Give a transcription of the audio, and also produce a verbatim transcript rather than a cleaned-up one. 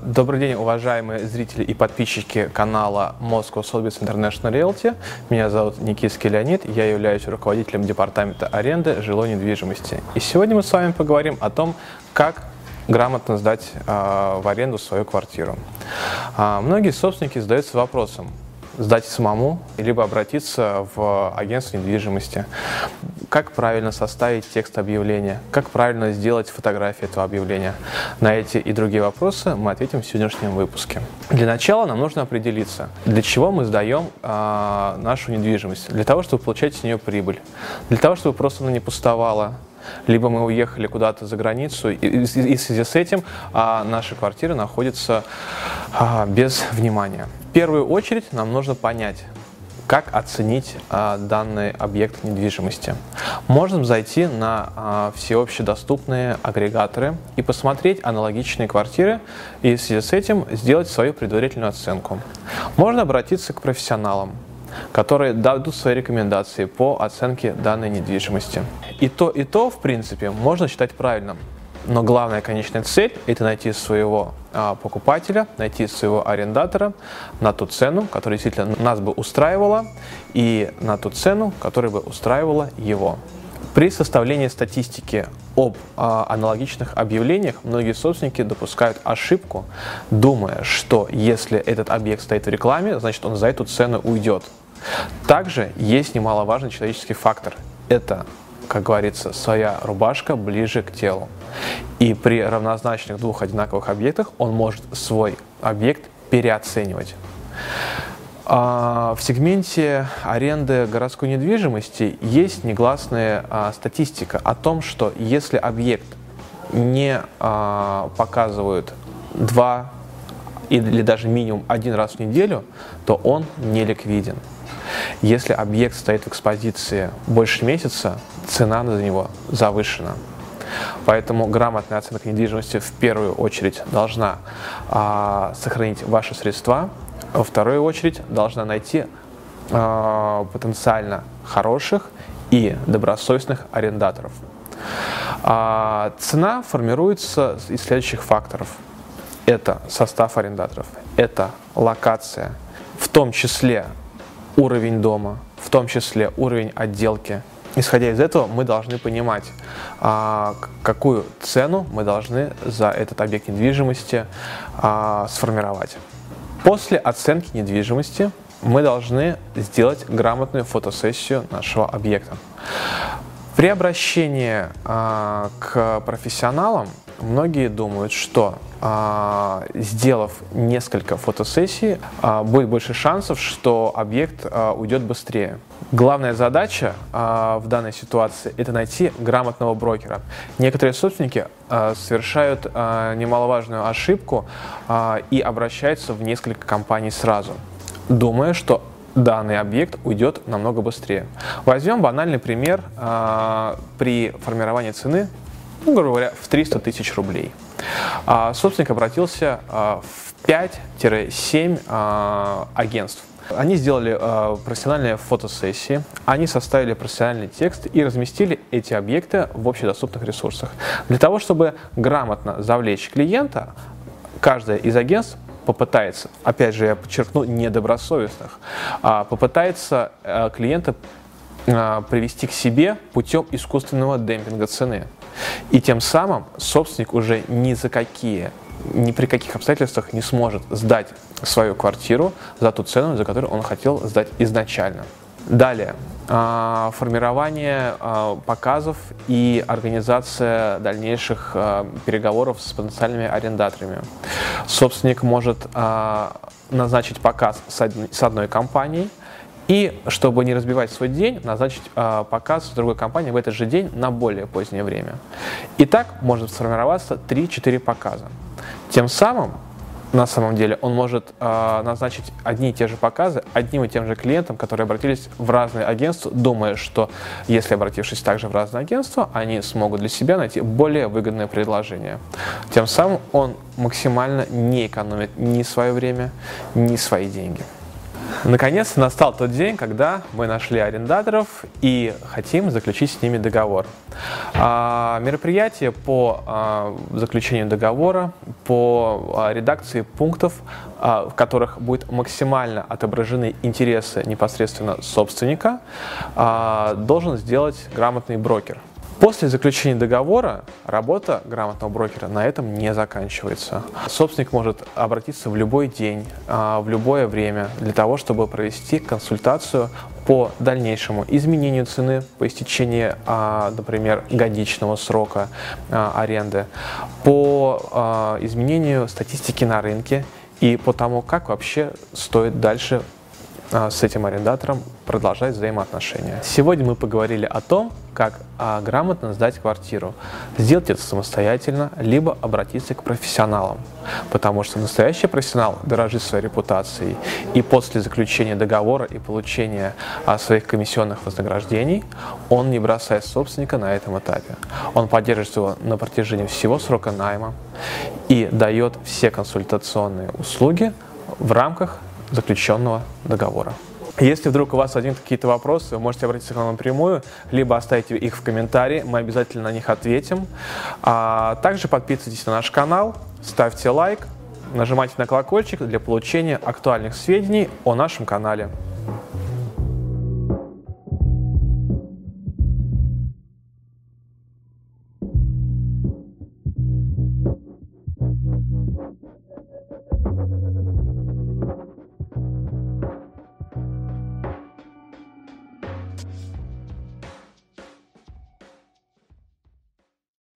Добрый день, уважаемые зрители и подписчики канала Moscow Sotheby's International Realty. Меня зовут Никитский Леонид, я являюсь руководителем департамента аренды жилой недвижимости. И сегодня мы с вами поговорим о том, как грамотно сдать э, в аренду свою квартиру. Э, многие собственники задаются вопросом: сдать самому, либо обратиться в агентство недвижимости. Как правильно составить текст объявления? Как правильно сделать фотографию этого объявления? На эти и другие вопросы мы ответим в сегодняшнем выпуске. Для начала нам нужно определиться, для чего мы сдаем э, нашу недвижимость. Для того, чтобы получать с нее прибыль. Для того, чтобы просто она не пустовала. Либо мы уехали куда-то за границу, и, и, и в связи с этим а, наша квартира находится а, без внимания. В первую очередь нам нужно понять, как оценить а, данный объект недвижимости. Можно зайти на а, всеобщедоступные агрегаторы и посмотреть аналогичные квартиры, и в связи с этим сделать свою предварительную оценку. Можно обратиться к профессионалам, которые дадут свои рекомендации по оценке данной недвижимости. И то, и то, в принципе, можно считать правильным. Но главная конечная цель – это найти своего а, покупателя, найти своего арендатора на ту цену, которая действительно нас бы устраивала, и на ту цену, которая бы устраивала его. При составлении статистики об а, аналогичных объявлениях многие собственники допускают ошибку, думая, что если этот объект стоит в рекламе, значит он за эту цену уйдет. Также есть немаловажный человеческий фактор. Это, как говорится, своя рубашка ближе к телу. И при равнозначных двух одинаковых объектах он может свой объект переоценивать. В сегменте аренды городской недвижимости есть негласная а, статистика о том, что если объект не а, показывают два или даже минимум один раз в неделю, то он не ликвиден. Если объект стоит в экспозиции больше месяца, цена за него завышена. Поэтому грамотная оценка недвижимости в первую очередь должна а, сохранить ваши средства. Во вторую очередь должна найти э, потенциально хороших и добросовестных арендаторов. А цена формируется из следующих факторов. Это состав арендаторов, это локация, в том числе уровень дома, в том числе уровень отделки. Исходя из этого, мы должны понимать, а, какую цену мы должны за этот объект недвижимости а, сформировать. После оценки недвижимости мы должны сделать грамотную фотосессию нашего объекта. При обращении э, к профессионалам многие думают, что э, сделав несколько фотосессий, э, будет больше шансов, что объект э, уйдет быстрее. Главная задача э, в данной ситуации – это найти грамотного брокера. Некоторые собственники э, совершают э, немаловажную ошибку э, и обращаются в несколько компаний сразу, думая, что данный объект уйдет намного быстрее. Возьмем банальный пример э, при формировании цены, ну, грубо говоря, в триста тысяч рублей. Э, собственник обратился э, в пять-семь э, агентств. Они сделали э, профессиональные фотосессии, они составили профессиональный текст и разместили эти объекты в общедоступных ресурсах. Для того, чтобы грамотно завлечь клиента, каждое из агентств попытается, опять же, я подчеркну, недобросовестных, а, попытается а, клиента а, привести к себе путем искусственного демпинга цены. И тем самым собственник уже ни за какие, ни при каких обстоятельствах не сможет сдать свою квартиру за ту цену, за которую он хотел сдать изначально. Далее. Формирование показов и организация дальнейших переговоров с потенциальными арендаторами. Собственник может назначить показ с одной компанией и, чтобы не разбивать свой день, назначить показ с другой компанией в этот же день на более позднее время. И так может сформироваться три-четыре показа. Тем самым на самом деле он может э, назначить одни и те же показы одним и тем же клиентам, которые обратились в разные агентства, думая, что если обратившись также в разные агентства, они смогут для себя найти более выгодное предложение. Тем самым он максимально не экономит ни свое время, ни свои деньги. Наконец-то настал тот день, когда мы нашли арендаторов и хотим заключить с ними договор. А, мероприятие по а, заключению договора, по а, редакции пунктов, а, в которых будут максимально отображены интересы непосредственно собственника, а, должен сделать грамотный брокер. После заключения договора работа грамотного брокера на этом не заканчивается. Собственник может обратиться в любой день, в любое время для того, чтобы провести консультацию по дальнейшему изменению цены по истечении, например, годичного срока аренды, по изменению статистики на рынке и по тому, как вообще стоит дальше с этим арендатором продолжать взаимоотношения. Сегодня мы поговорили о том, как а, грамотно сдать квартиру. Сделать это самостоятельно, либо обратиться к профессионалам. Потому что настоящий профессионал дорожит своей репутацией. И после заключения договора и получения а, своих комиссионных вознаграждений, он не бросает собственника на этом этапе. Он поддерживает его на протяжении всего срока найма и дает все консультационные услуги в рамках заключенного договора. Если вдруг у вас возникнут какие-то вопросы, вы можете обратиться к нам напрямую, либо оставите их в комментарии, мы обязательно на них ответим. А также подписывайтесь на наш канал, ставьте лайк, нажимайте на колокольчик для получения актуальных сведений о нашем канале.